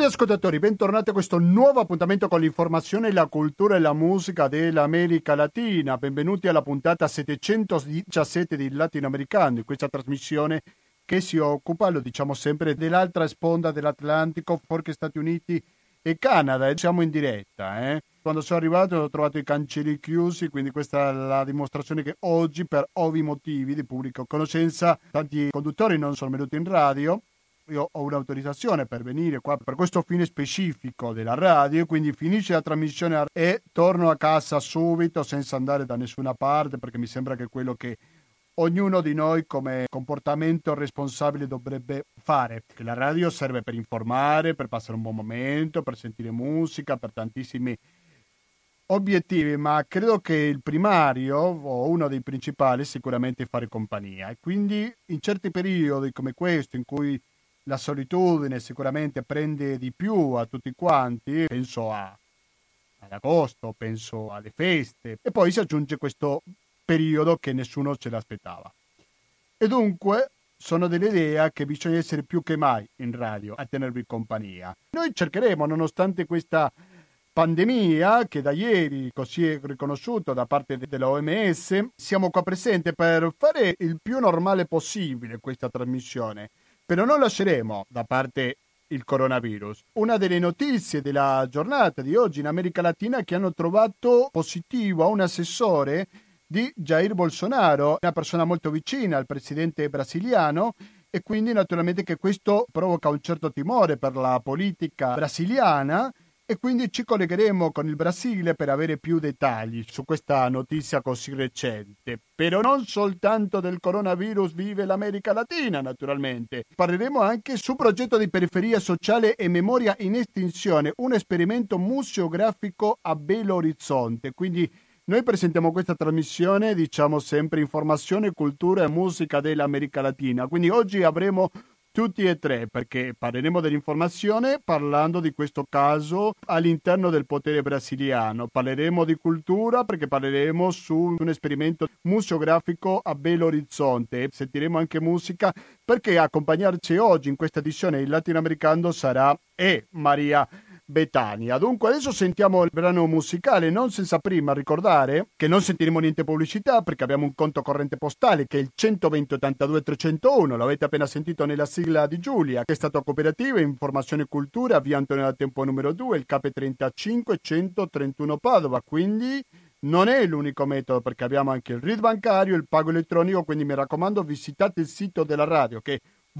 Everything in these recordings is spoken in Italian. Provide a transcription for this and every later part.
Radioascoltatori, bentornati a questo nuovo appuntamento con l'informazione, la cultura e la musica dell'America Latina. Benvenuti alla puntata 717 di Latinoamericano, di questa trasmissione che si occupa, lo diciamo sempre, dell'altra sponda dell'Atlantico, fuori Stati Uniti e Canada. Siamo in diretta. Quando sono arrivato ho trovato i cancelli chiusi, quindi questa è la dimostrazione che oggi, per ovvi motivi di pubblica conoscenza, tanti conduttori non sono venuti in radio. Io ho un'autorizzazione per venire qua per questo fine specifico della radio, quindi finisce la trasmissione e torno a casa subito senza andare da nessuna parte, perché mi sembra che è quello che ognuno di noi come comportamento responsabile dovrebbe fare. Che la radio serve per informare, per passare un buon momento, per sentire musica, per tantissimi obiettivi, ma credo che il primario o uno dei principali sicuramente è fare compagnia, e quindi in certi periodi come questo in cui la solitudine sicuramente prende di più a tutti quanti, penso ad agosto, penso alle feste, e poi si aggiunge questo periodo che nessuno ce l'aspettava. E dunque sono dell'idea che bisogna essere più che mai in radio a tenervi compagnia. Noi cercheremo, nonostante questa pandemia che da ieri così è riconosciuto da parte dell'OMS, siamo qua presenti per fare il più normale possibile questa trasmissione. Però non lasceremo da parte il coronavirus. Una delle notizie della giornata di oggi in America Latina è che hanno trovato positivo a un assessore di Jair Bolsonaro, una persona molto vicina al presidente brasiliano, e quindi naturalmente che questo provoca un certo timore per la politica brasiliana, e quindi ci collegheremo con il Brasile per avere più dettagli su questa notizia così recente. Però non soltanto del coronavirus vive l'America Latina, naturalmente. Parleremo anche su progetto di periferia sociale e memoria in estinzione, un esperimento museografico a Belo Horizonte. Quindi noi presentiamo questa trasmissione, diciamo sempre informazione, cultura e musica dell'America Latina. Quindi oggi avremo tutti e tre, perché parleremo dell'informazione parlando di questo caso all'interno del potere brasiliano. Parleremo di cultura perché parleremo su un esperimento museografico a Belo Horizonte. Sentiremo anche musica perché accompagnarci oggi in questa edizione il latinoamericano sarà Maria Bethania. Dunque adesso sentiamo il brano musicale, non senza prima ricordare che non sentiremo niente pubblicità perché abbiamo un conto corrente postale che è il 120 82 301, l'avete appena sentito nella sigla di Giulia, che è stato Cooperativa Informazione e Cultura, via Antonio da Tempo numero 2, il KP 35 131 Padova. Quindi non è l'unico metodo, perché abbiamo anche il RID bancario, il pago elettronico, quindi mi raccomando visitate il sito della radio che è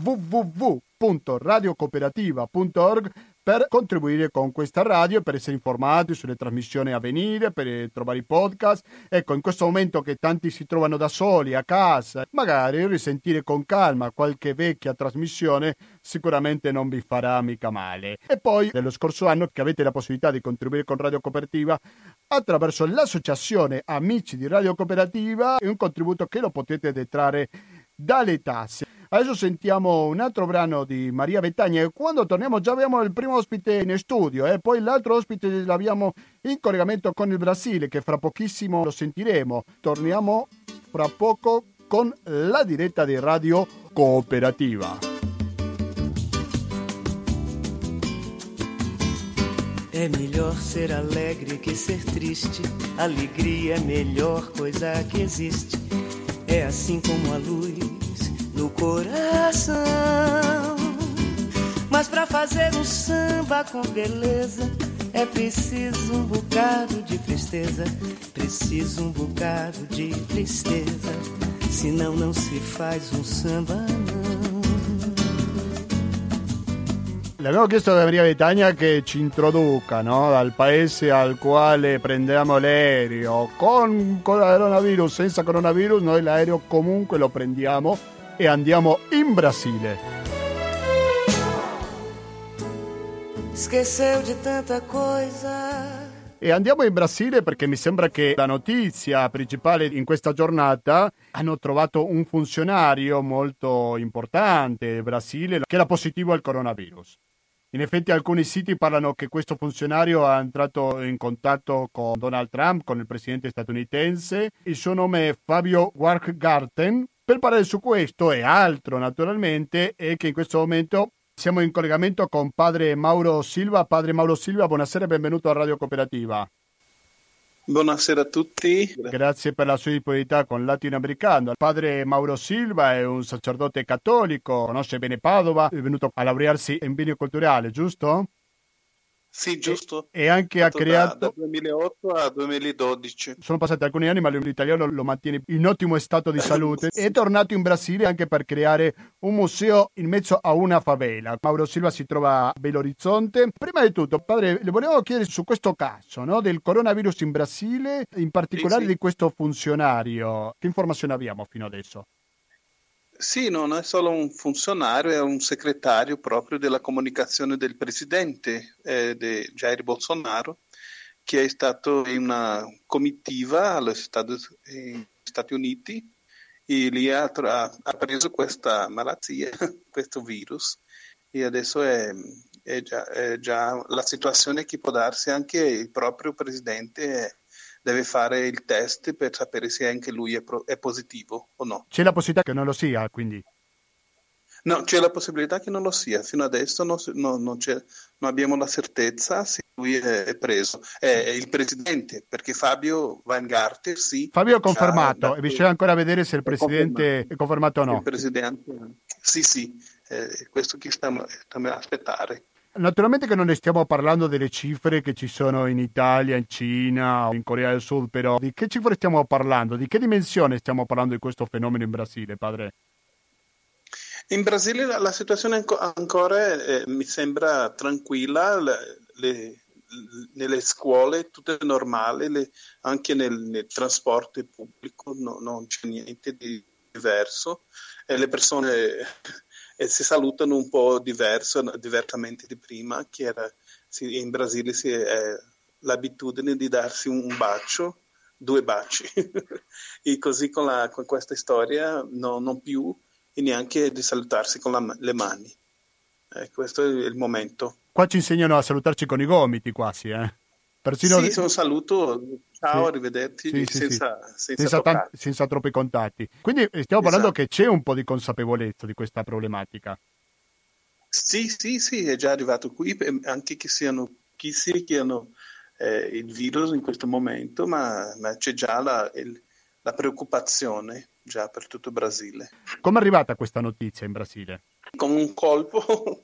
www.radiocooperativa.org per contribuire con questa radio, per essere informati sulle trasmissioni a venire, per trovare i podcast. Ecco, in questo momento che tanti si trovano da soli a casa, magari risentire con calma qualche vecchia trasmissione sicuramente non vi farà mica male. E poi dello scorso anno che avete la possibilità di contribuire con Radio Cooperativa attraverso l'associazione Amici di Radio Cooperativa, è un contributo che lo potete detrarre dalle tasse. Adesso sentiamo un altro brano di Maria Bethania e quando torniamo già abbiamo il primo ospite in studio, poi l'altro ospite l'abbiamo in collegamento con il Brasile, che fra pochissimo lo sentiremo. Torniamo fra poco con la diretta di Radio Cooperativa. É melhor ser alegre que ser triste. Alegria é a melhor coisa que existe. É assim como a luz no coração. Mas pra fazer um samba com beleza é preciso um bocado de tristeza. Preciso um bocado de tristeza. Senão não se faz um samba, não. Le abbiamo chiesto a Maria Bethania che ci introduca, no? Dal paese al quale prendiamo l'aereo, con coronavirus, senza coronavirus, noi l'aereo comunque lo prendiamo e andiamo in Brasile. Esqueceu de tanta coisa. E andiamo in Brasile perché mi sembra che la notizia principale in questa giornata hanno trovato un funzionario molto importante in Brasile che era positivo al coronavirus. In effetti alcuni siti parlano che questo funzionario è entrato in contatto con Donald Trump, con il presidente statunitense. Il suo nome è Fabio Weingarten. Per parlare su questo e altro naturalmente è che in questo momento Siamo in collegamento con padre Mauro Silva. Padre Mauro Silva, buonasera e benvenuto a Radio Cooperativa. Buonasera a tutti. Grazie per la sua disponibilità con Latinoamericano. Padre Mauro Silva è un sacerdote cattolico, conosce bene Padova, è venuto a laurearsi in bene culturale, giusto? Sì, giusto. E anche ha creato... Da 2008 a 2012. Sono passati alcuni anni, ma l'italiano lo mantiene in ottimo stato di salute. È tornato in Brasile anche per creare un museo in mezzo a una favela. Mauro Silva si trova a Belo Horizonte. Prima di tutto, padre, le volevo chiedere su questo caso, no, del coronavirus in Brasile, in particolare di questo funzionario. Che informazioni abbiamo fino adesso? Sì, non è solo un funzionario, è un segretario proprio della comunicazione del presidente Jair Bolsonaro, che è stato in una comitiva agli Stati Uniti e lì ha preso questa malattia, questo virus, e adesso è già la situazione che può darsi anche il proprio presidente deve fare il test per sapere se anche lui è positivo o no. C'è la possibilità che non lo sia, quindi? No, c'è la possibilità che non lo sia. Fino adesso non abbiamo la certezza se lui è preso. È il presidente, perché Fabio Weingarten, sì. Fabio è confermato, e bisogna ancora vedere se il presidente è confermato o no. Il presidente, sì, questo che stiamo a aspettare. Naturalmente che non ne stiamo parlando delle cifre che ci sono in Italia, in Cina o in Corea del Sud, però di che cifre stiamo parlando? Di che dimensione stiamo parlando di questo fenomeno in Brasile, padre? In Brasile la situazione ancora mi sembra tranquilla, nelle scuole tutto è normale, anche nel trasporto pubblico non c'è niente di diverso, le persone... E si salutano un po' diversamente di prima, che era in Brasile l'abitudine di darsi un bacio, 2 baci, e così con questa storia non più, e neanche di salutarsi con le mani. Questo è il momento. Qua ci insegnano a salutarci con i gomiti quasi, Persino... Sì, un saluto, ciao, arrivederci, senza troppi contatti. Quindi stiamo parlando che c'è un po' di consapevolezza di questa problematica. Sì, è già arrivato qui, anche che siano pochissimi che hanno il virus in questo momento, ma c'è già la preoccupazione già per tutto il Brasile. Come è arrivata questa notizia in Brasile? Come un colpo,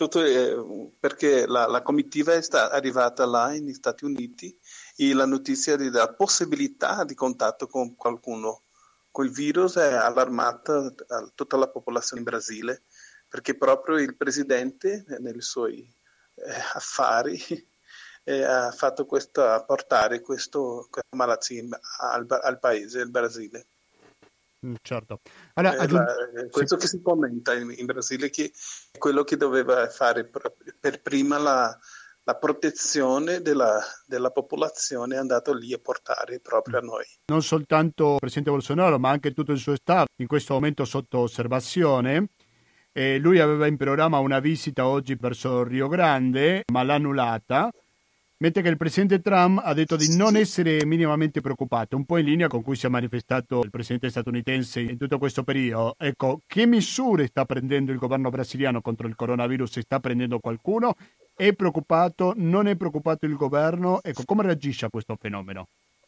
perché la comitiva è arrivata là negli Stati Uniti e la notizia della possibilità di contatto con qualcuno col virus è allarmata a tutta la popolazione in Brasile, perché proprio il presidente nei suoi affari ha fatto portare questa malattia al paese, al Brasile. Certo. Allora, questo che si commenta in Brasile, che è quello che doveva fare per prima la protezione della popolazione, è andato lì a portare proprio a noi. Non soltanto il presidente Bolsonaro, ma anche tutto il suo staff in questo momento sotto osservazione. Lui aveva in programma una visita oggi verso Rio Grande, ma l'ha annullata. Mentre che il presidente Trump ha detto di non essere minimamente preoccupato, un po' in linea con cui si è manifestato il presidente statunitense in tutto questo periodo. Ecco, che misure sta prendendo il governo brasiliano contro il coronavirus? Sta prendendo qualcuno? È preoccupato? Non è preoccupato il governo? Ecco, come reagisce a questo fenomeno?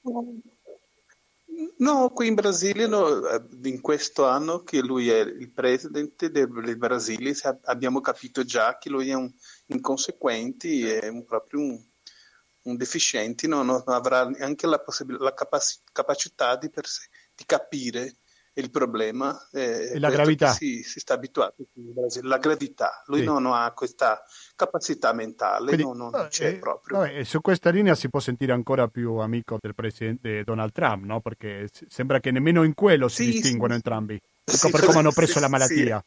No, qui in Brasile, in questo anno che lui è il presidente del Brasile, abbiamo capito già che lui è un inconsequente, è proprio un deficiente, non avrà neanche la capacità di capire il problema e la gravità. Si sta abituato in Brasile, la gravità. Lui non ha questa capacità mentale. Quindi, non c'è proprio. E su questa linea si può sentire ancora più amico del presidente Donald Trump, no? Perché sembra che nemmeno in quello si distinguono entrambi. Ecco per come hanno preso la malattia.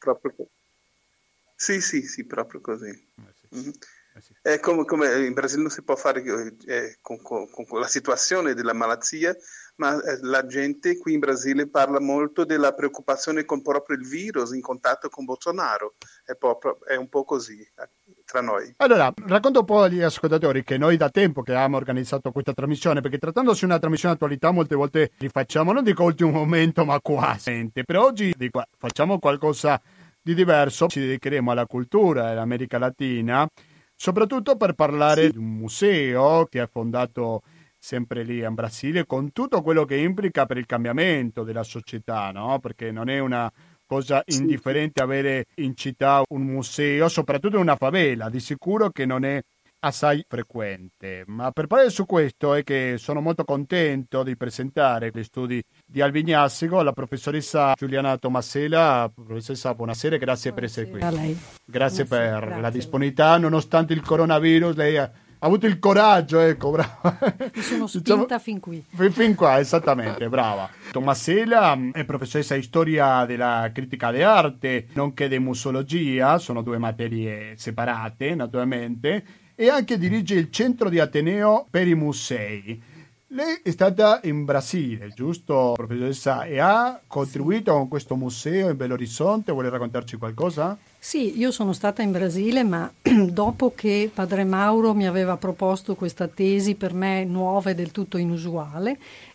Sì, proprio così. È come in Brasile non si può fare con la situazione della malattia, ma la gente qui in Brasile parla molto della preoccupazione con proprio il virus in contatto con Bolsonaro. È un po' così tra noi. Allora, racconto un po' agli ascoltatori che noi da tempo che abbiamo organizzato questa trasmissione, perché trattandosi di una trasmissione di attualità molte volte li facciamo, non dico ultimo momento, ma quasi. Però oggi facciamo qualcosa di diverso ci dedicheremo alla cultura dell'America Latina, soprattutto per parlare di un museo che è fondato sempre lì in Brasile, con tutto quello che implica per il cambiamento della società, no? Perché non è una cosa indifferente avere in città un museo, soprattutto in una favela, di sicuro che non è assai frequente. Ma per parlare su questo è che sono molto contento di presentare gli studi di Albignasego alla professoressa Giuliana Tomasella. Professoressa, buonasera e grazie per essere qui. A lei. Grazie per Grazie. la disponibilità, nonostante il coronavirus, lei ha avuto il coraggio, ecco, brava. Mi sono spinta fin qui. Fin qua, esattamente, brava. Tomasella è professoressa di storia della critica d'arte, nonché di museologia, sono due materie separate, naturalmente, e anche dirige il Centro di Ateneo per i Musei. Lei è stata in Brasile, giusto, professoressa? E ha contribuito con questo museo in Belo Horizonte? Vuole raccontarci qualcosa? Sì, io sono stata in Brasile, ma dopo che padre Mauro mi aveva proposto questa tesi per me nuova e del tutto inusuale,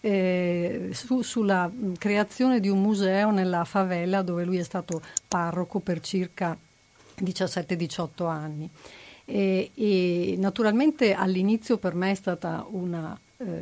sulla creazione di un museo nella favela dove lui è stato parroco per circa 17-18 anni. E naturalmente all'inizio per me è stata una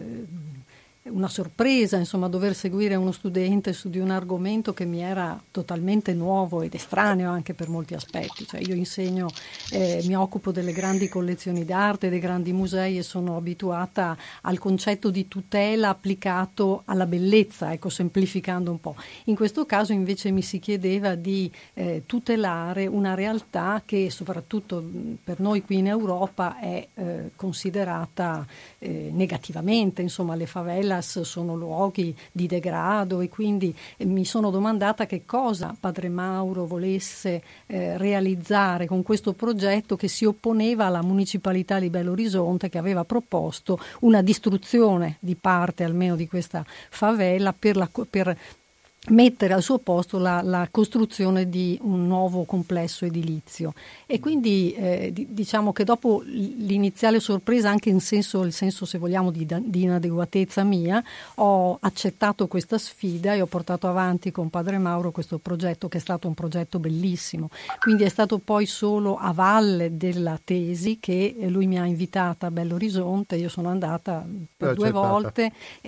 sorpresa, insomma, dover seguire uno studente su di un argomento che mi era totalmente nuovo ed estraneo anche per molti aspetti. Cioè, io insegno, mi occupo delle grandi collezioni d'arte, dei grandi musei e sono abituata al concetto di tutela applicato alla bellezza, ecco, semplificando un po'. In questo caso invece mi si chiedeva di tutelare una realtà che soprattutto per noi qui in Europa è considerata negativamente, insomma, le favela sono luoghi di degrado e quindi mi sono domandata che cosa padre Mauro volesse realizzare con questo progetto che si opponeva alla municipalità di Belo Horizonte, che aveva proposto una distruzione di parte almeno di questa favela per mettere al suo posto la costruzione di un nuovo complesso edilizio. E quindi diciamo che dopo l'iniziale sorpresa, anche il senso se vogliamo di inadeguatezza mia, ho accettato questa sfida e ho portato avanti con padre Mauro questo progetto, che è stato un progetto bellissimo. Quindi è stato poi solo a valle della tesi che lui mi ha invitata a Belo Horizonte. Io sono andata per 2 volte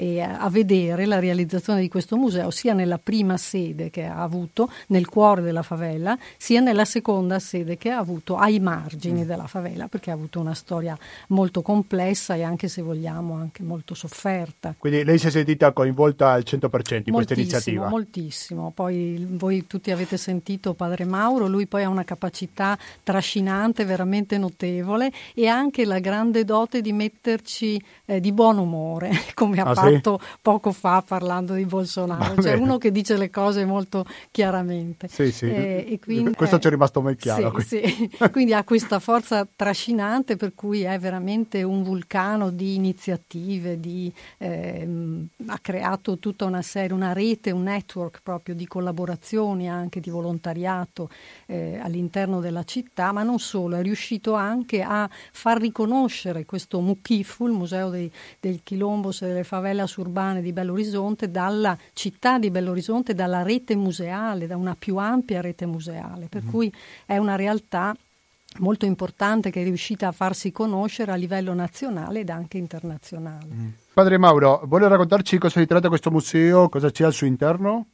a vedere la realizzazione di questo museo, sia nella prima sede che ha avuto nel cuore della favela, sia nella seconda sede che ha avuto ai margini della favela, perché ha avuto una storia molto complessa e anche, se vogliamo, anche molto sofferta. Quindi lei si è sentita coinvolta al 100% in questa iniziativa? Moltissimo. Poi voi tutti avete sentito padre Mauro, lui poi ha una capacità trascinante veramente notevole e anche la grande dote di metterci di buon umore, come ha fatto poco fa parlando di Bolsonaro. Cioè uno che dice le cose molto chiaramente. Sì. E quindi, questo ci è rimasto ben chiaro. Sì. Quindi ha questa forza trascinante, per cui è veramente un vulcano di iniziative, ha creato tutta una serie, una rete, un network proprio di collaborazioni, anche di volontariato all'interno della città, ma non solo, è riuscito anche a far riconoscere questo Mukifu, il museo del Quilombos e delle favelas urbane di Belo Horizonte, dalla città di Belo Horizonte, dalla rete museale, da una più ampia rete museale, per cui è una realtà molto importante che è riuscita a farsi conoscere a livello nazionale ed anche internazionale. Padre Mauro, vuole raccontarci cosa si tratta questo museo, cosa c'è al suo interno?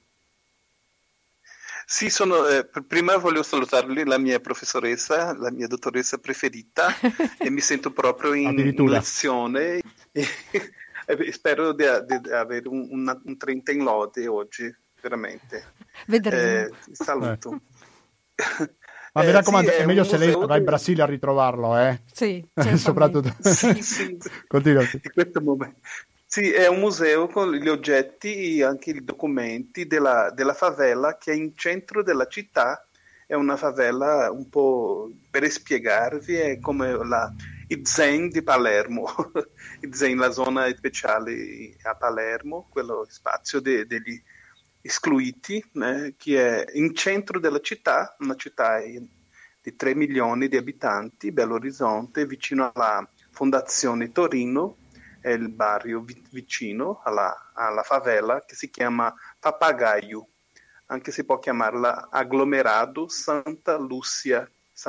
Sì, prima voglio salutarli, la mia professoressa, la mia dottoressa preferita, e mi sento proprio in lezione. E spero di avere un 30 in lode oggi, veramente. Vedremo. Saluto. Ma mi raccomando, è meglio se lei va in Brasile a ritrovarlo, Sì, soprattutto. Sì. Continua. In questo momento. Sì, è un museo con gli oggetti e anche i documenti della favela che è in centro della città. È una favela un po', per spiegarvi, è come il Zen di Palermo. Il Zen, la zona speciale a Palermo, quello spazio degli escluiti, che è in centro della città, una città di 3 milioni di abitanti, Belo Horizonte, vicino alla Fondazione Torino, è il barrio vicino alla favela che si chiama Papagaio. anche si può chiamarla agglomerato Santa Lucia.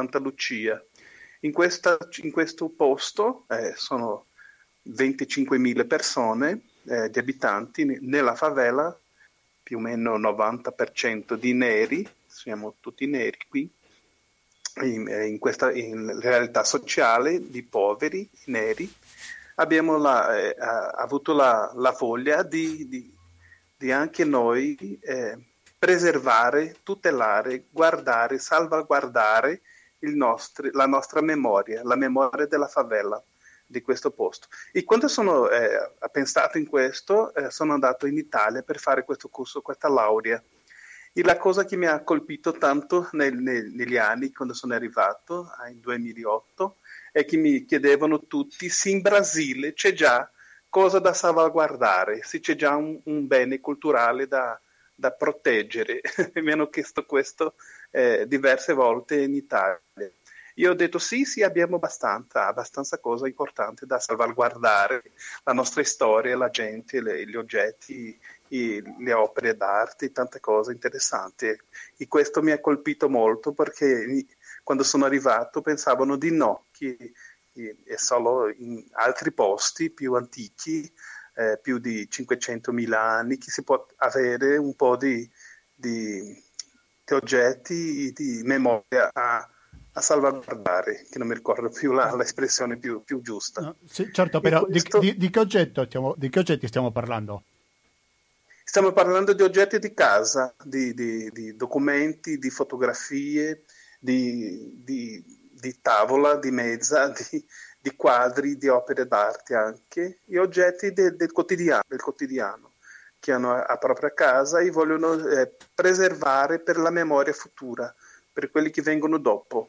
In questo posto sono 25.000 persone, di abitanti, nella favela, più o meno 90% di neri, siamo tutti neri qui, in realtà sociale di poveri, neri. Abbiamo avuto la voglia di anche noi preservare, tutelare, guardare, salvaguardare la nostra memoria, la memoria della favela, di questo posto. E quando sono pensato in questo, sono andato in Italia per fare questo corso, questa laurea. E la cosa che mi ha colpito tanto negli anni, quando sono arrivato, nel 2008, è che mi chiedevano tutti se in Brasile c'è già cosa da salvaguardare, se c'è già un bene culturale da proteggere. Mi hanno chiesto questo diverse volte in Italia. Io ho detto sì, abbiamo abbastanza cose importanti da salvaguardare, la nostra storia, la gente, gli oggetti, le opere d'arte, tante cose interessanti. E questo mi ha colpito molto perché quando sono arrivato pensavano di no, che è solo in altri posti più antichi, più di 500.000 anni, che si può avere un po' di oggetti, di memoria a salvaguardare, che non mi ricordo più l'espressione più giusta. No, sì, certo, però di che oggetti stiamo parlando? Stiamo parlando di oggetti di casa, di documenti, di fotografie, di tavola, di mesa, di quadri, di opere d'arte anche, e oggetti del quotidiano che hanno a propria casa e vogliono preservare per la memoria futura, per quelli che vengono dopo,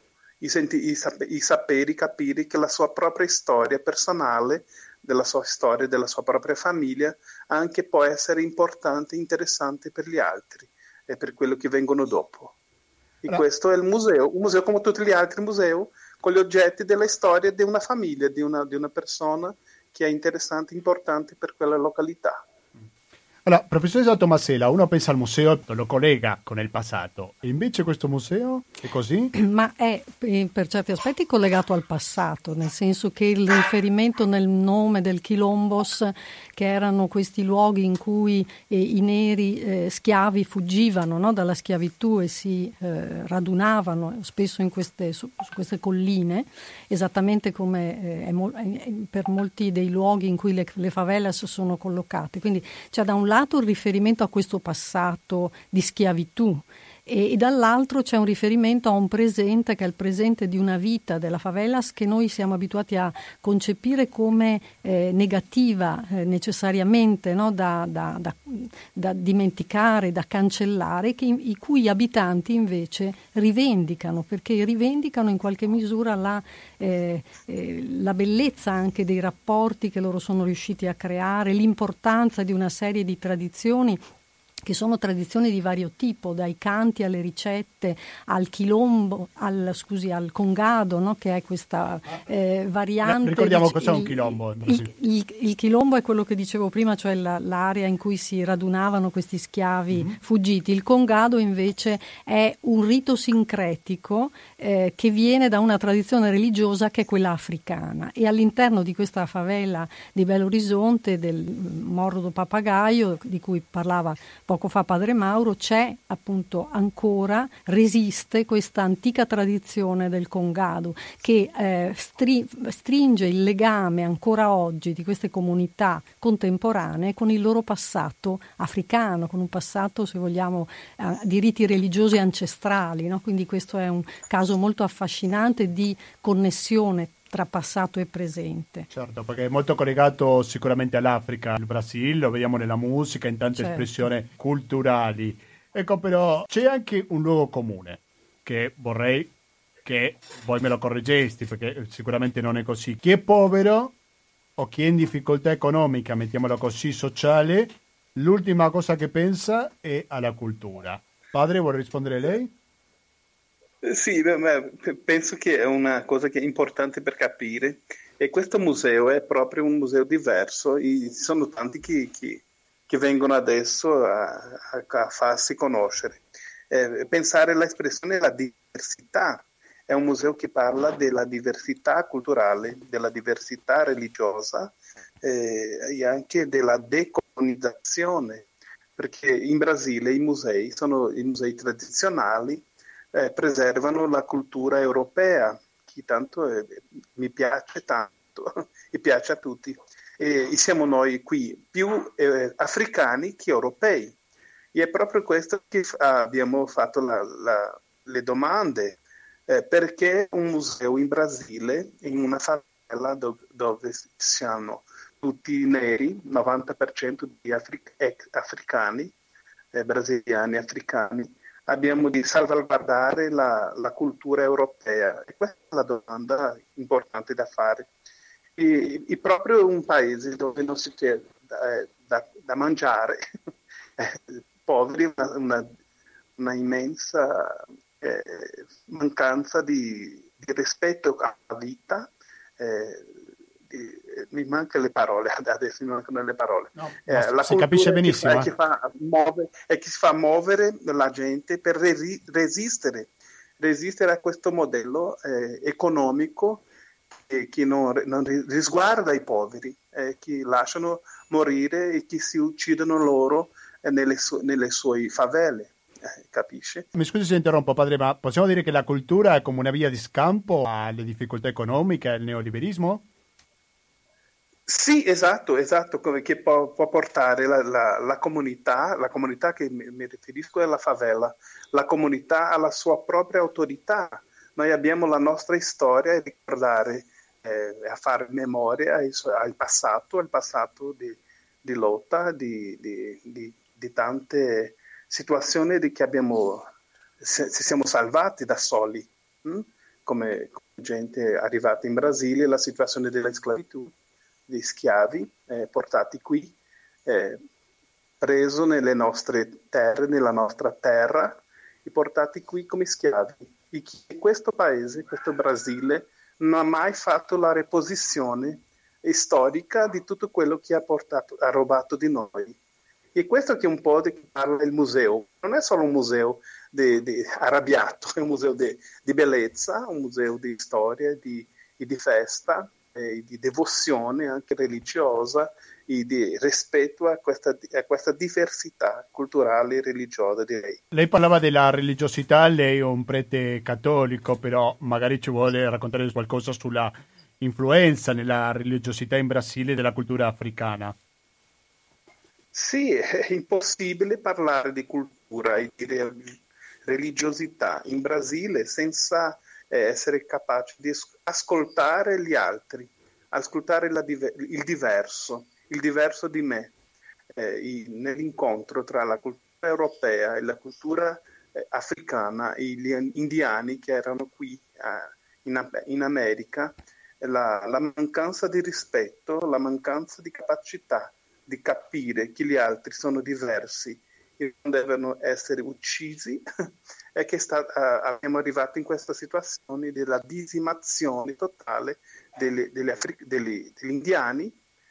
i saperi, capire che la sua propria storia personale, della sua storia, della sua propria famiglia, anche può essere importante e interessante per gli altri e per quello che vengono dopo. E questo è il museo, un museo come tutti gli altri musei, con gli oggetti della storia di una famiglia, di una persona che è interessante e importante per quella località. Allora, professoressa Tomasella, uno pensa al museo, lo collega con il passato, e invece questo museo è così? Ma è per certi aspetti collegato al passato, nel senso che il riferimento nel nome del Quilombos, che erano questi luoghi in cui i neri schiavi fuggivano, no, dalla schiavitù e si radunavano spesso su queste colline, esattamente come per molti dei luoghi in cui le favelas sono collocate. Quindi c'è da un lato il riferimento a questo passato di schiavitù e dall'altro c'è un riferimento a un presente che è il presente di una vita della favelas che noi siamo abituati a concepire come negativa necessariamente, no? da dimenticare, da cancellare, i cui abitanti invece rivendicano, perché rivendicano in qualche misura la bellezza anche dei rapporti che loro sono riusciti a creare, l'importanza di una serie di tradizioni che sono tradizioni di vario tipo, dai canti alle ricette, al quilombo, al congado, no? Che è questa variante. Ricordiamo cos'è un quilombo. Il quilombo è quello che dicevo prima, cioè l'area in cui si radunavano questi schiavi fuggiti. Il congado invece è un rito sincretico che viene da una tradizione religiosa che è quella africana, e all'interno di questa favela di Belo Horizonte, del Morro do Papagaio, di cui parlava poco fa padre Mauro, c'è appunto ancora, resiste questa antica tradizione del congado che stringe il legame ancora oggi di queste comunità contemporanee con il loro passato africano, con un passato, se vogliamo, di riti religiosi ancestrali, no? Quindi questo è un caso molto affascinante di connessione tra passato e presente. Certo, perché è molto collegato sicuramente all'Africa, il Brasile, lo vediamo nella musica, in tante espressioni culturali. Ecco, però c'è anche un luogo comune che vorrei che voi me lo correggesti, perché sicuramente non è così. Chi è povero o chi è in difficoltà economica, mettiamola così, sociale, l'ultima cosa che pensa è alla cultura. Padre, vuole rispondere lei? Sì, penso che è una cosa che è importante per capire, e questo museo è proprio un museo diverso, e ci sono tanti che che vengono adesso a farsi conoscere. Pensare all'espressione della diversità. È un museo che parla della diversità culturale, della diversità religiosa e anche della decolonizzazione, perché in Brasile i musei tradizionali preservano la cultura europea, che tanto mi piace tanto, e piace a tutti. E siamo noi qui più africani che europei. E è proprio questo che abbiamo fatto le domande. Perché un museo in Brasile, in una favela dove siamo tutti neri, 90% di africani, brasiliani africani, abbiamo di salvaguardare la cultura europea. E questa è la domanda importante da fare. E proprio un paese dove non si c'è da mangiare, poveri, una immensa mancanza di rispetto alla vita, mi mancano le parole, adesso mi mancano le parole. No, la si capisce benissimo. Che si fa muovere la gente per resistere a questo modello economico che non risguarda i poveri, che lasciano morire e che si uccidono loro nelle sue favele. Capisce? Mi scusi se interrompo, padre, ma possiamo dire che la cultura è come una via di scampo alle difficoltà economiche, al neoliberismo? Sì, esatto, che può portare la comunità che mi riferisco è la favela, la comunità alla sua propria autorità. Noi abbiamo la nostra storia e ricordare, a fare memoria al passato di lotta, di tante situazioni di che si siamo salvati da soli, come gente arrivata in Brasile, la situazione della schiavitù, di schiavi portati qui, preso nelle nostre terre, nella nostra terra, e portati qui come schiavi. E questo paese, questo Brasile, non ha mai fatto la reposizione storica di tutto quello che ha rubato di noi. E questo che un po' di parla il museo, non è solo un museo arrabbiato, è un museo di bellezza, un museo di storia, di festa, di devozione anche religiosa e di rispetto a questa diversità culturale e religiosa, direi. Lei parlava della religiosità, lei è un prete cattolico, però magari ci vuole raccontare qualcosa sulla influenza nella religiosità in Brasile della cultura africana. Sì, è impossibile parlare di cultura e di religiosità in Brasile senza essere capaci di ascoltare gli altri, ascoltare il diverso di me, nell'incontro tra la cultura europea e la cultura africana e gli indiani che erano qui in America, la mancanza di rispetto, la mancanza di capacità di capire che gli altri sono diversi e non devono essere uccisi, è che abbiamo arrivato in questa situazione della decimazione totale degli indiani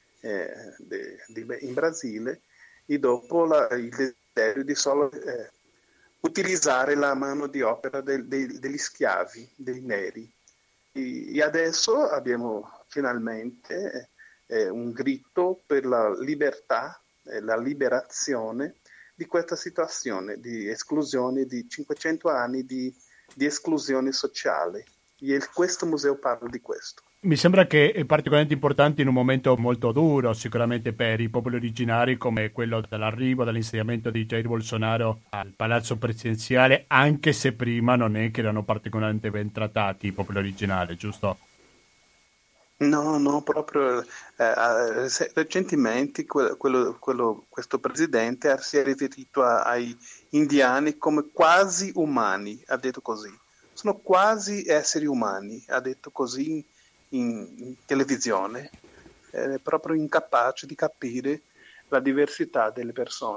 in Brasile, e dopo il desiderio di solo utilizzare la mano di opera degli schiavi, dei neri. E adesso abbiamo finalmente un grido per la libertà, la liberazione di questa situazione di esclusione, di 500 anni di esclusione sociale. E questo museo parla di questo. Mi sembra che è particolarmente importante in un momento molto duro, sicuramente per i popoli originari, come quello dell'arrivo, dell'insediamento di Jair Bolsonaro al palazzo presidenziale, anche se prima non è che erano particolarmente ben trattati i popoli originari, giusto? No, proprio recentemente questo presidente si è riferito ai indiani come quasi umani, ha detto così. Sono quasi esseri umani, ha detto così in televisione. È proprio incapace di capire la diversità delle persone.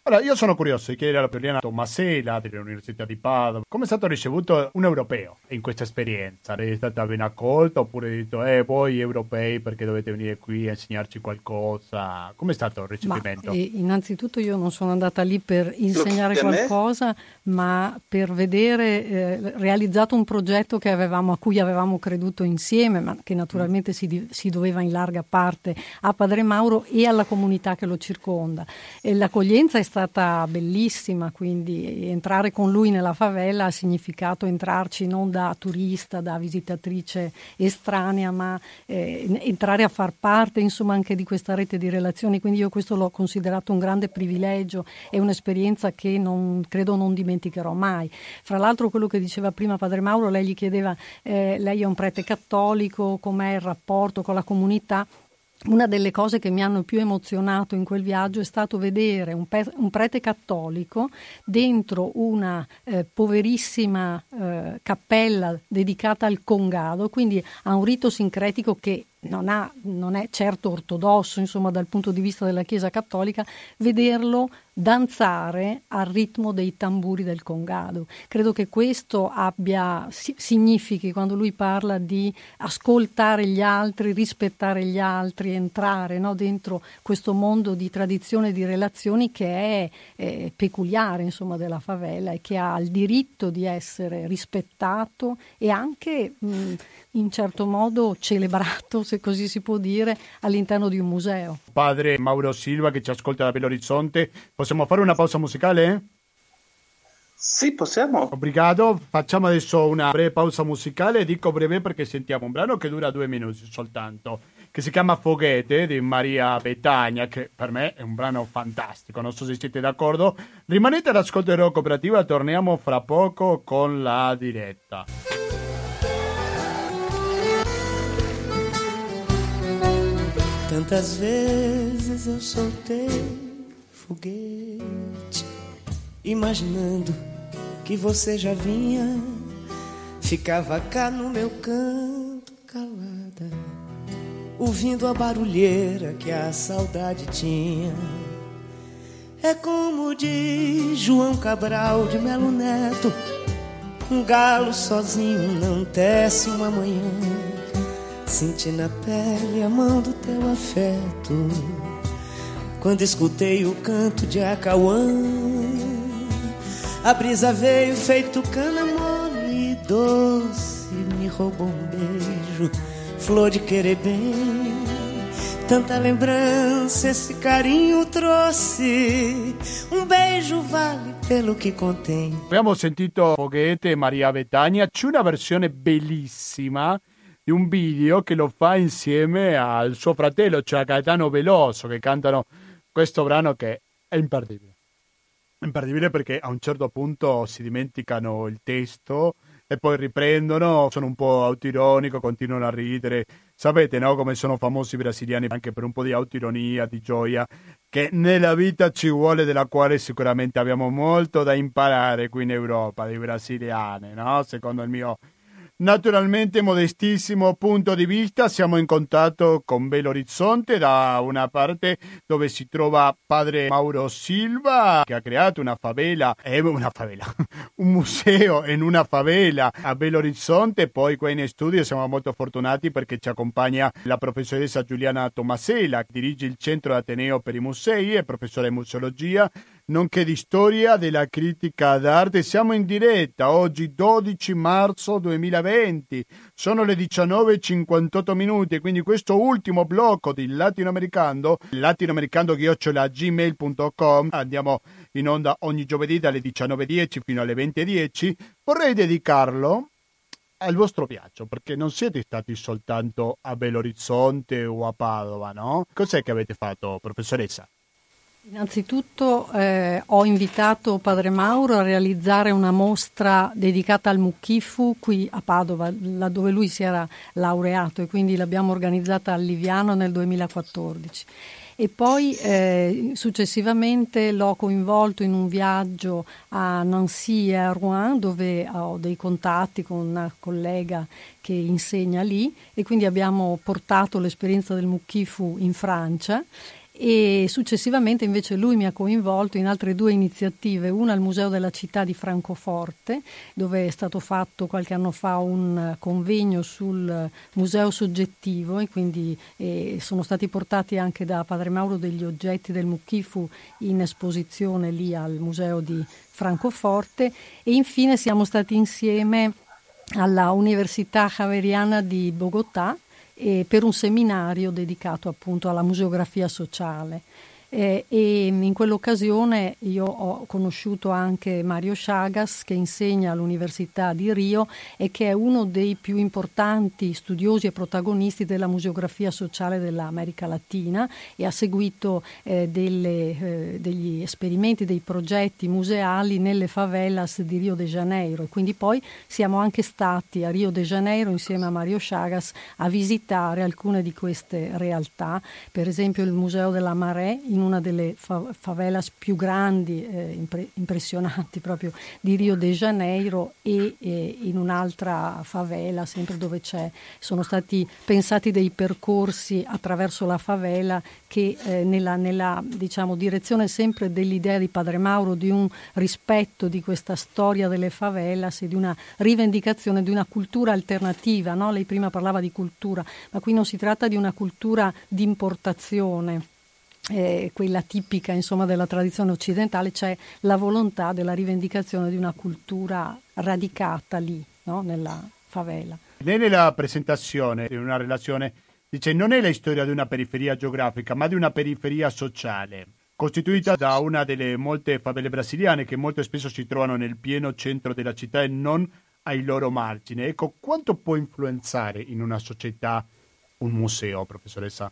Allora, io sono curioso di chiedere alla Pioliana Tomasella dell'Università di Padova come è stato ricevuto un europeo in questa esperienza. È stata ben accolta oppure hai detto voi europei perché dovete venire qui a insegnarci qualcosa? Come è stato il recepimento? Innanzitutto io non sono andata lì per insegnare qualcosa, ma per vedere realizzato un progetto a cui avevamo creduto insieme, ma che naturalmente si doveva in larga parte a Padre Mauro e alla comunità che lo circonda. E l'accoglienza è stata bellissima, quindi entrare con lui nella favela ha significato entrarci non da turista, da visitatrice estranea, ma entrare a far parte insomma anche di questa rete di relazioni, quindi io questo l'ho considerato un grande privilegio e un'esperienza che credo non dimenticherò mai. Fra l'altro quello che diceva prima Padre Mauro, lei gli chiedeva, lei è un prete cattolico, com'è il rapporto con la comunità? Una delle cose che mi hanno più emozionato in quel viaggio è stato vedere un prete cattolico dentro una poverissima cappella dedicata al congado, quindi a un rito sincretico che non è certo ortodosso, insomma, dal punto di vista della Chiesa cattolica, vederlo danzare al ritmo dei tamburi del congado. Credo che questo significhi, quando lui parla di ascoltare gli altri, rispettare gli altri, entrare dentro questo mondo di tradizione e di relazioni che è peculiare, insomma, della favela e che ha il diritto di essere rispettato e anche in certo modo celebrato, se così si può dire, all'interno di un museo. Padre Mauro Silva che ci ascolta da Belo Horizonte, possiamo fare una pausa musicale? Sì, possiamo. Obrigado, facciamo adesso una breve pausa musicale, dico breve perché sentiamo un brano che dura 2 minuti soltanto, che si chiama Foguete di Maria Betagna, che per me è un brano fantastico, non so se siete d'accordo. Rimanete all'ascolto di Radio Cooperativa, torniamo fra poco con la diretta. Tantas vezes eu soltei foguete, imaginando que você já vinha. Ficava cá no meu canto calada, ouvindo a barulheira que a saudade tinha. É como diz João Cabral de Melo Neto, galo sozinho não tece uma manhã. Senti na pele a mão do teu afeto, quando escutei o canto de Acauã. A brisa veio feito cana mole e doce, me roubou beijo, flor de querer bem. Tanta lembrança esse carinho trouxe, beijo vale pelo che contém. Abbiamo sentito Foguete Maria Betagna, c'è una versione bellissima di un video che lo fa insieme al suo fratello, cioè Gaetano Veloso, che cantano questo brano che è imperdibile. Imperdibile perché a un certo punto si dimenticano il testo e poi riprendono, sono un po' autoironico, continuano a ridere. Sapete, no? Come sono famosi i brasiliani anche per un po' di autoironia, di gioia, che nella vita ci vuole, della quale sicuramente abbiamo molto da imparare qui in Europa, dei brasiliani, no? Secondo il mio naturalmente modestissimo punto di vista. Siamo in contatto con Belo Horizonte, da una parte dove si trova Padre Mauro Silva, che ha creato un museo in una favela a Belo Horizonte. Poi qua in studio siamo molto fortunati perché ci accompagna la professoressa Giuliana Tomasella, che dirige il Centro Ateneo per i Musei, è professore di museologia nonché di storia della critica d'arte. Siamo in diretta oggi 12 marzo 2020, sono le 19:58, quindi questo ultimo blocco di latinoamericando@gmail.com, andiamo in onda ogni giovedì dalle 19:10 fino alle 20:10. Vorrei dedicarlo al vostro viaggio, perché non siete stati soltanto a Belo Horizonte o a Padova, no? Cos'è che avete fatto, professoressa? Innanzitutto ho invitato Padre Mauro a realizzare una mostra dedicata al Mucchifu qui a Padova, laddove lui si era laureato, e quindi l'abbiamo organizzata a Liviano nel 2014. E poi successivamente l'ho coinvolto in un viaggio a Nancy e a Rouen, dove ho dei contatti con una collega che insegna lì, e quindi abbiamo portato l'esperienza del Mucchifu in Francia. e successivamente invece lui mi ha coinvolto in altre 2 iniziative, una al Museo della Città di Francoforte, dove è stato fatto qualche anno fa un convegno sul museo soggettivo, e quindi sono stati portati anche da Padre Mauro degli oggetti del Mukifu in esposizione lì al Museo di Francoforte, e infine siamo stati insieme alla Università Javeriana di Bogotà per un seminario dedicato appunto alla museografia sociale. E in quell'occasione io ho conosciuto anche Mario Chagas, che insegna all'Università di Rio e che è uno dei più importanti studiosi e protagonisti della museografia sociale dell'America Latina, e ha seguito degli esperimenti, dei progetti museali nelle favelas di Rio de Janeiro, e quindi poi siamo anche stati a Rio de Janeiro insieme a Mario Chagas a visitare alcune di queste realtà, per esempio il Museo della Maré in una delle favelas più grandi, impressionanti proprio, di Rio de Janeiro, e in un'altra favela, sempre dove sono stati pensati dei percorsi attraverso la favela che nella diciamo direzione sempre dell'idea di Padre Mauro di un rispetto di questa storia delle favelas e di una rivendicazione di una cultura alternativa, no? Lei prima parlava di cultura, ma qui non si tratta di una cultura di importazione, quella tipica insomma della tradizione occidentale. C'è la volontà della rivendicazione di una cultura radicata lì, no? Nella favela. Nella presentazione di una relazione dice: non è la storia di una periferia geografica, ma di una periferia sociale, costituita da una delle molte favele brasiliane che molto spesso si trovano nel pieno centro della città e non ai loro margini. Ecco, quanto può influenzare in una società un museo, professoressa?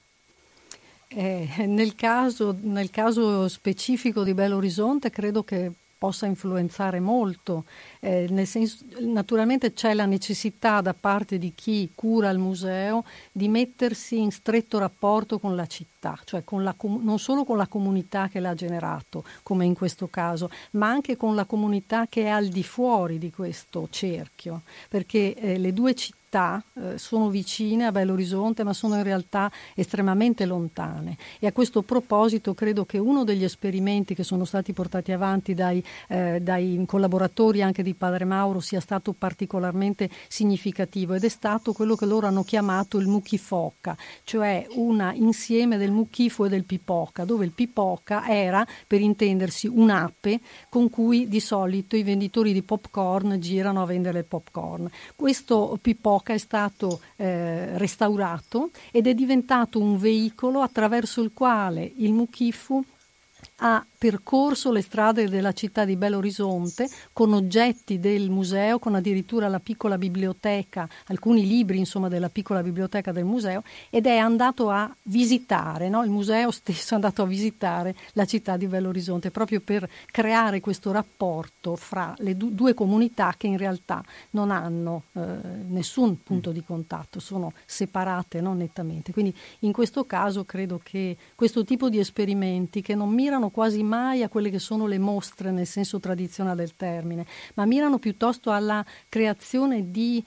Nel caso specifico di Belo Horizonte credo che possa influenzare molto, nel senso, naturalmente c'è la necessità da parte di chi cura il museo di mettersi in stretto rapporto con la città, cioè non solo con la comunità che l'ha generato, come in questo caso, ma anche con la comunità che è al di fuori di questo cerchio, perché le 2 città sono vicine a Belo Horizonte, ma sono in realtà estremamente lontane. E a questo proposito credo che uno degli esperimenti che sono stati portati avanti dai collaboratori anche di Padre Mauro sia stato particolarmente significativo, ed è stato quello che loro hanno chiamato il Mukifoca, cioè un insieme del Mukifu e del Pipoca, dove il Pipoca era, per intendersi, un'ape con cui di solito i venditori di popcorn girano a vendere il popcorn. Questo Pipoca è stato restaurato ed è diventato un veicolo attraverso il quale il Mukifu ha percorso le strade della città di Belo Horizonte con oggetti del museo, con addirittura la piccola biblioteca, alcuni libri insomma della piccola biblioteca del museo, ed è andato a visitare, no? Il museo stesso è andato a visitare la città di Belo Horizonte proprio per creare questo rapporto fra le due comunità che in realtà non hanno nessun punto di contatto, sono separate, no? Nettamente. Quindi in questo caso credo che questo tipo di esperimenti, che non mirano quasi mai a quelle che sono le mostre nel senso tradizionale del termine, ma mirano piuttosto alla creazione di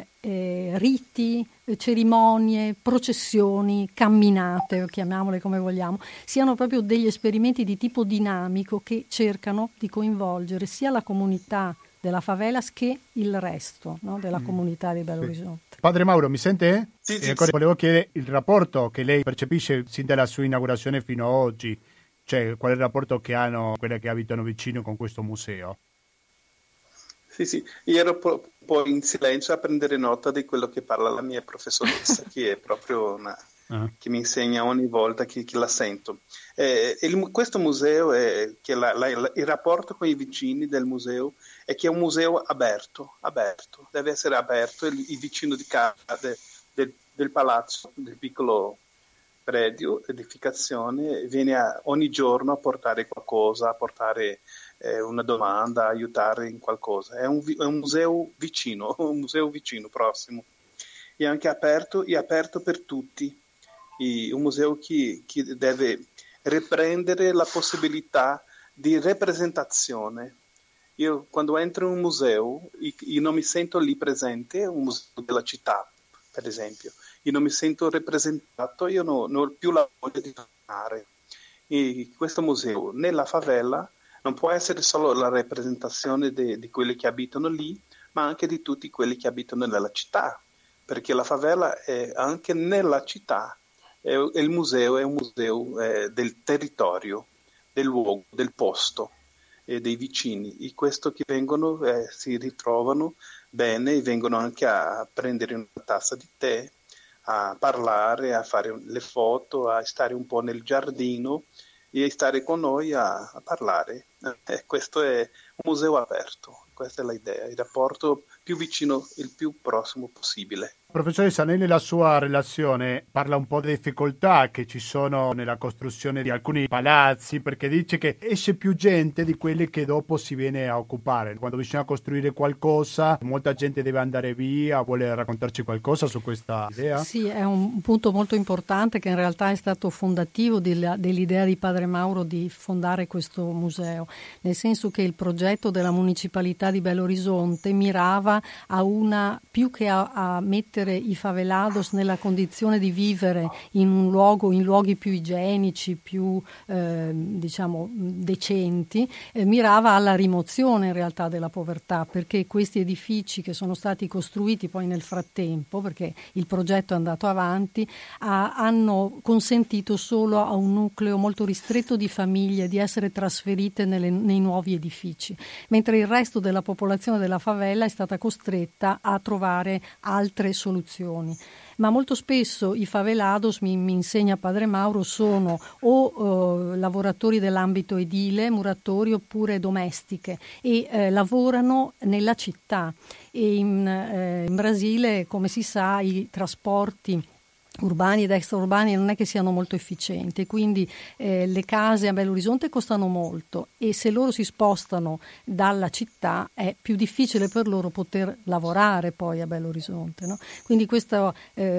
riti, cerimonie, processioni, camminate, chiamiamole come vogliamo, siano proprio degli esperimenti di tipo dinamico che cercano di coinvolgere sia la comunità della favelas che il resto, no? Della comunità di Belo Horizonte. Padre Mauro, mi sente? Sì, e ancora volevo chiedere il rapporto che lei percepisce sin dalla sua inaugurazione fino ad oggi. Cioè, qual è il rapporto che hanno quelle che abitano vicino con questo museo? Sì, io ero un po' in silenzio a prendere nota di quello che parla la mia professoressa, che è proprio che mi insegna ogni volta che la sento. Questo museo, il rapporto con i vicini del museo è che è un museo aperto, deve essere aperto. Il vicino di casa del palazzo, del piccolo predio, edificazione, viene ogni giorno a portare qualcosa, a portare una domanda, a aiutare in qualcosa. È un museo vicino, prossimo, e anche aperto per tutti. Un museo che deve riprendere la possibilità di rappresentazione. Io quando entro in un museo, io non mi sento lì presente, un museo della città, per esempio. Io non mi sento rappresentato, io non ho più la voglia di tornare. questo museo nella favela non può essere solo la rappresentazione di quelli che abitano lì, ma anche di tutti quelli che abitano nella città, perché la favela è anche nella città, il museo è un museo del territorio, del luogo, del posto e dei vicini, e questo che vengono si ritrovano bene e vengono anche a prendere una tazza di tè, a parlare, a fare le foto, a stare un po' nel giardino e stare con noi a parlare. Questo è un museo aperto, questa è l'idea, il rapporto più vicino, il più prossimo possibile. Professoressa, lei nella sua relazione parla un po' delle difficoltà che ci sono nella costruzione di alcuni palazzi, perché dice che esce più gente di quelli che dopo si viene a occupare. Quando bisogna costruire qualcosa, molta gente deve andare via. Vuole raccontarci qualcosa su questa idea? Sì, è un punto molto importante che in realtà è stato fondativo dell'idea di Padre Mauro di fondare questo museo, nel senso che il progetto della municipalità di Belo Horizonte mirava a più che a mettere i favelados nella condizione di vivere in luoghi più igienici, più decenti, mirava alla rimozione in realtà della povertà, perché questi edifici che sono stati costruiti poi nel frattempo, perché il progetto è andato avanti, hanno consentito solo a un nucleo molto ristretto di famiglie di essere trasferite nei nuovi edifici, mentre il resto della popolazione della favela è stata costretta a trovare altre soluzioni. Ma molto spesso i favelados, mi insegna Padre Mauro, sono o lavoratori dell'ambito edile, muratori, oppure domestiche, e lavorano nella città. E in Brasile, come si sa, i trasporti urbani ed extraurbani non è che siano molto efficienti, quindi le case a Belo Horizonte costano molto, e se loro si spostano dalla città è più difficile per loro poter lavorare poi a Belo Horizonte, no? Quindi questa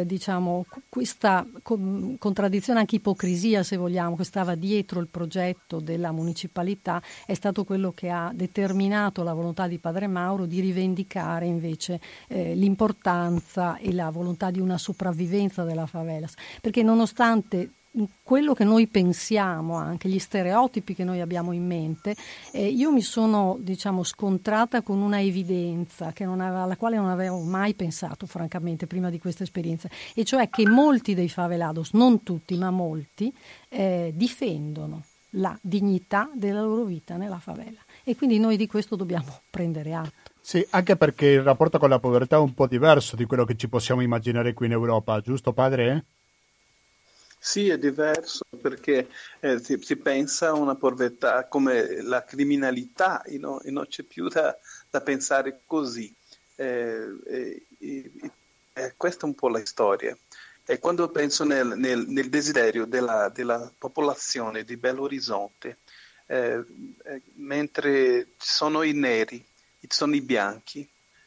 contraddizione, anche ipocrisia se vogliamo, che stava dietro il progetto della municipalità, è stato quello che ha determinato la volontà di Padre Mauro di rivendicare invece l'importanza e la volontà di una sopravvivenza della favelas, perché nonostante quello che noi pensiamo, anche gli stereotipi che noi abbiamo in mente, io mi sono scontrata con una evidenza alla quale non avevo mai pensato francamente prima di questa esperienza, e cioè che molti dei favelados, non tutti ma molti, difendono la dignità della loro vita nella favela, e quindi noi di questo dobbiamo prendere atto. Sì, anche perché il rapporto con la povertà è un po' diverso di quello che ci possiamo immaginare qui in Europa, giusto padre? Sì, è diverso perché si pensa a una povertà come la criminalità, non c'è più da pensare così. Questa è un po' la storia. E quando penso nel desiderio della popolazione di Belo Horizonte, mentre ci sono i neri, ci sono i bianchi,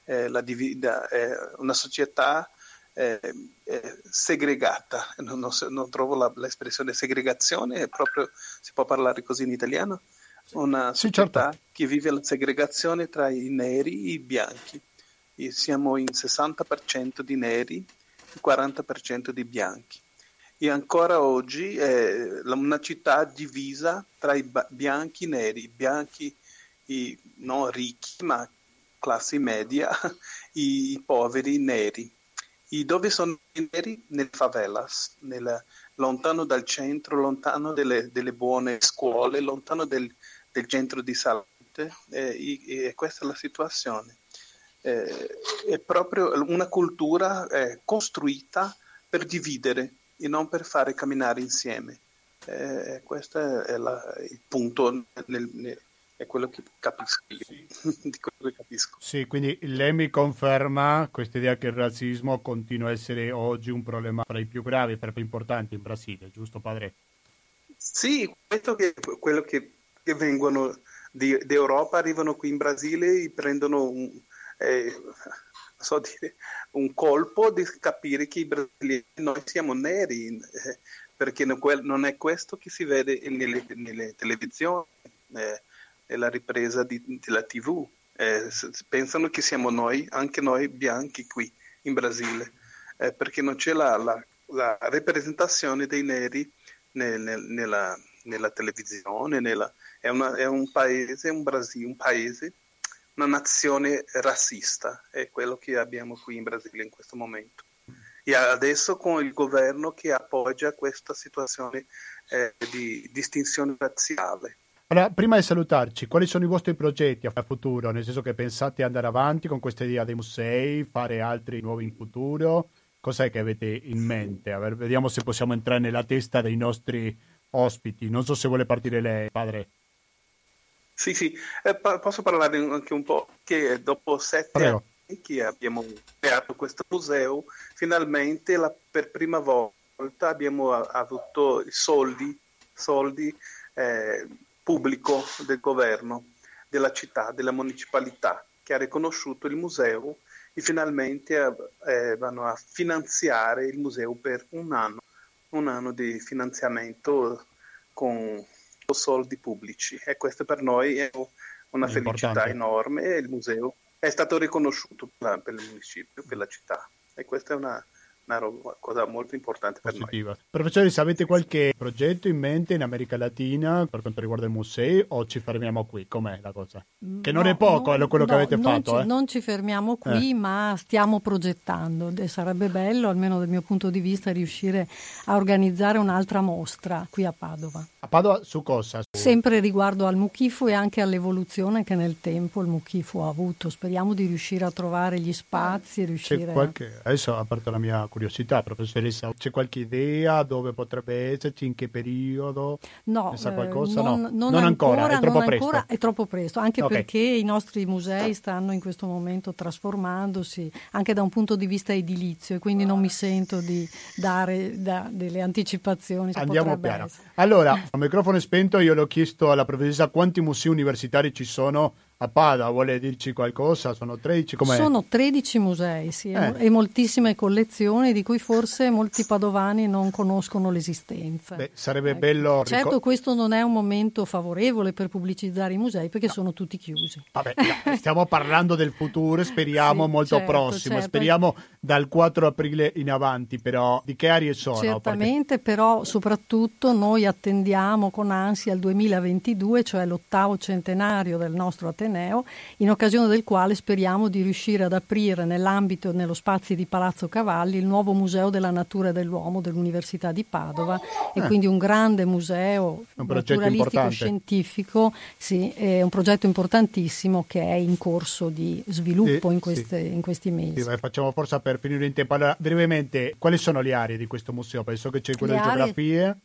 una società segregata, non trovo l'espressione segregazione, è proprio, si può parlare così in italiano? Una società che vive la segregazione tra i neri e i bianchi. E siamo in 60% di neri e 40% di bianchi. E ancora oggi è una città divisa tra i bianchi e i neri, bianchi non ricchi ma classe media, i poveri neri. E dove sono i neri? Nelle favelas, lontano dal centro, lontano delle buone scuole, lontano del centro di salute, e questa è la situazione. È proprio una cultura costruita per dividere e non per fare camminare insieme. Questo è il punto, è quello che capisco io, di quello che capisco. Sì, quindi lei mi conferma questa idea che il razzismo continua a essere oggi un problema tra i più gravi e tra i più importanti in Brasile, giusto padre? Sì, quello che vengono d'Europa arrivano qui in Brasile e prendono un colpo di capire che i brasiliani noi siamo neri, perché non è questo che si vede nelle televisioni, nella ripresa della TV. Pensano che siamo noi, anche noi bianchi qui in Brasile, perché non c'è la rappresentazione dei neri nella televisione, è un paese, un paese, una nazione razzista, è quello che abbiamo qui in Brasile in questo momento. E adesso con il governo che appoggia questa situazione di distinzione razziale. Allora, prima di salutarci, quali sono i vostri progetti a futuro? Nel senso che pensate andare avanti con questa idea dei musei, fare altri nuovi in futuro? Cos'è che avete in mente? Vediamo se possiamo entrare nella testa dei nostri ospiti. Non so se vuole partire lei, padre. Sì, posso parlare anche un po' che dopo 7 anni che abbiamo creato questo museo, finalmente per prima volta abbiamo avuto i soldi pubblico del governo, della città, della municipalità, che ha riconosciuto il museo e finalmente vanno a finanziare il museo per un anno di finanziamento con soldi pubblici, e questo per noi è una felicità enorme. Il museo è stato riconosciuto per il municipio, per la città, e questa è una cosa molto importante positiva per noi. Professore, se avete qualche progetto in mente in America Latina per quanto riguarda i musei, o ci fermiamo qui? Com'è la cosa? Che non è poco quello che avete fatto. Non ci fermiamo qui, ma stiamo progettando. Sarebbe bello, almeno dal mio punto di vista, riuscire a organizzare un'altra mostra qui a Padova. A Padova su cosa? Sempre riguardo al Mukifu e anche all'evoluzione che nel tempo il Mukifu ha avuto. Speriamo di riuscire a trovare gli spazi e riuscire Adesso, a parte la mia curiosità, professoressa, c'è qualche idea dove potrebbe esserci, in che periodo? No, sa qualcosa? Non ancora, è troppo presto. È troppo presto, anche perché i nostri musei stanno in questo momento trasformandosi anche da un punto di vista edilizio, e quindi non mi sento di dare delle anticipazioni. Andiamo piano. Allora, a microfono spento, io l'ho chiesto alla professoressa quanti musei universitari ci sono a Padova. Vuole dirci qualcosa? Sono 13? Com'è? Sono 13 musei, sì, e moltissime collezioni di cui forse molti padovani non conoscono l'esistenza. Sarebbe bello. Certo, questo non è un momento favorevole per pubblicizzare i musei, perché sono tutti chiusi. Stiamo parlando del futuro, speriamo molto prossimo, speriamo dal 4 aprile in avanti, però di che aree sono? Certamente, però soprattutto noi attendiamo con ansia il 2022, cioè l'8° centenario del nostro Ateneo, in occasione del quale speriamo di riuscire ad aprire nello spazio di Palazzo Cavalli il nuovo Museo della Natura e dell'Uomo dell'Università di Padova, e quindi un grande museo naturalistico scientifico, è un progetto importantissimo che è in corso di sviluppo in questi mesi. Facciamo forza per finire in tempo. Allora, brevemente, quali sono le aree di questo museo? Penso che c'è quella di geografia.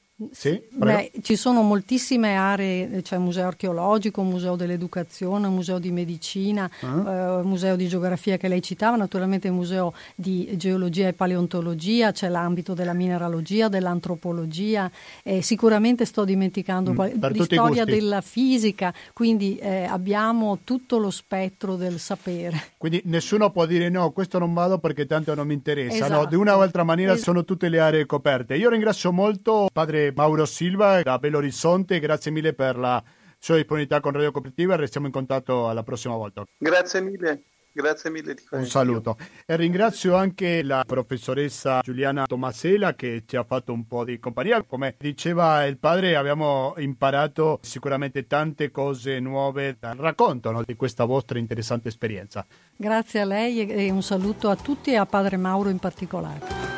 Ci sono moltissime aree, c'è un museo archeologico, un museo dell'educazione, un museo di medicina, un museo di geografia che lei citava, naturalmente il museo di geologia e paleontologia, c'è l'ambito della mineralogia, dell'antropologia, sicuramente sto dimenticando di storia della fisica, quindi abbiamo tutto lo spettro del sapere. Quindi nessuno può dire no, questo non vado perché tanto non mi interessa, esatto. No, di una o altra maniera sono tutte le aree coperte. Io ringrazio molto padre Mauro Silva da Belo Horizonte, grazie mille per la sua disponibilità con Radio Cooperativa, restiamo in contatto alla prossima volta. Grazie mille di un saluto. E ringrazio anche la professoressa Giuliana Tomasella che ci ha fatto un po' di compagnia. Come diceva il padre, abbiamo imparato sicuramente tante cose nuove dal racconto di questa vostra interessante esperienza. Grazie a lei e un saluto a tutti e a padre Mauro in particolare.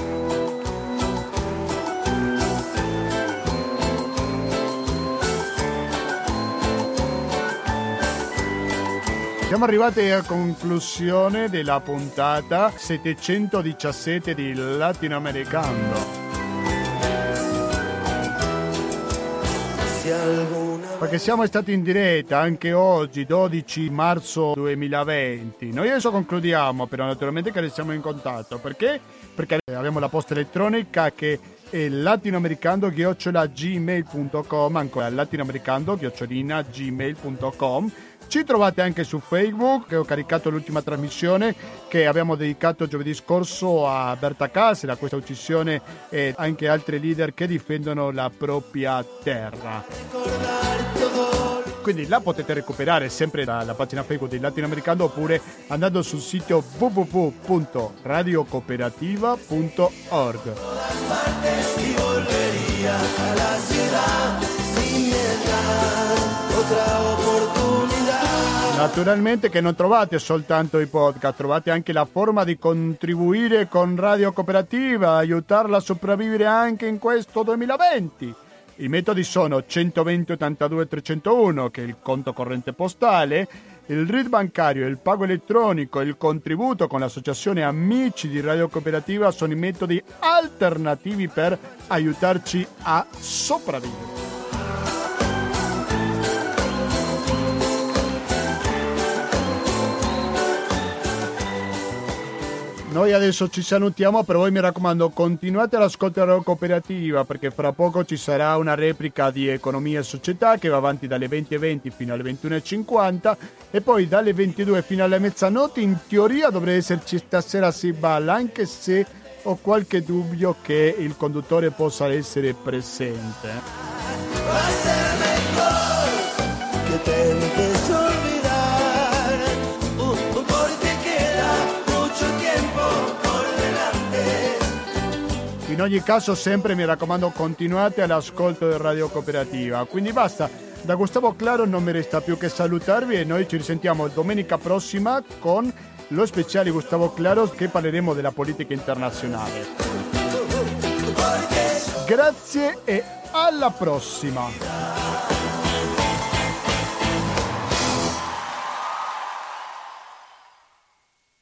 Siamo arrivati a conclusione della puntata 717 di Latinoamericano. Perché siamo stati in diretta anche oggi, 12 marzo 2020. Noi adesso concludiamo, però naturalmente che restiamo in contatto. Perché? Perché abbiamo la posta elettronica che è latinoamericando@gmail.com, ancora latinoamericando@gmail.com. Ci trovate anche su Facebook, che ho caricato l'ultima trasmissione che abbiamo dedicato giovedì scorso a Berta Cáceres, a questa uccisione, e anche altri leader che difendono la propria terra. quindi la potete recuperare sempre dalla pagina Facebook del Latinoamericano oppure andando sul sito www.radiocooperativa.org. Naturalmente che non trovate soltanto i podcast, trovate anche la forma di contribuire con Radio Cooperativa, aiutarla a sopravvivere anche in questo 2020. I metodi sono 120 82 301, che è il conto corrente postale, il RID bancario, il pago elettronico, il contributo con l'associazione Amici di Radio Cooperativa sono i metodi alternativi per aiutarci a sopravvivere. Noi adesso ci salutiamo, però voi mi raccomando continuate all'ascolto della Cooperativa perché fra poco ci sarà una replica di Economia e Società che va avanti dalle 20:20 fino alle 21:50 e poi dalle 22 fino alle mezzanotte. In teoria dovrebbe esserci stasera si balla, anche se ho qualche dubbio che il conduttore possa essere presente. In ogni caso sempre mi raccomando continuate all'ascolto del Radio Cooperativa. Quindi basta, da Gustavo Claro non mi resta più che salutarvi e noi ci risentiamo domenica prossima con lo speciale Gustavo Claro che parleremo della politica internazionale. Grazie e alla prossima!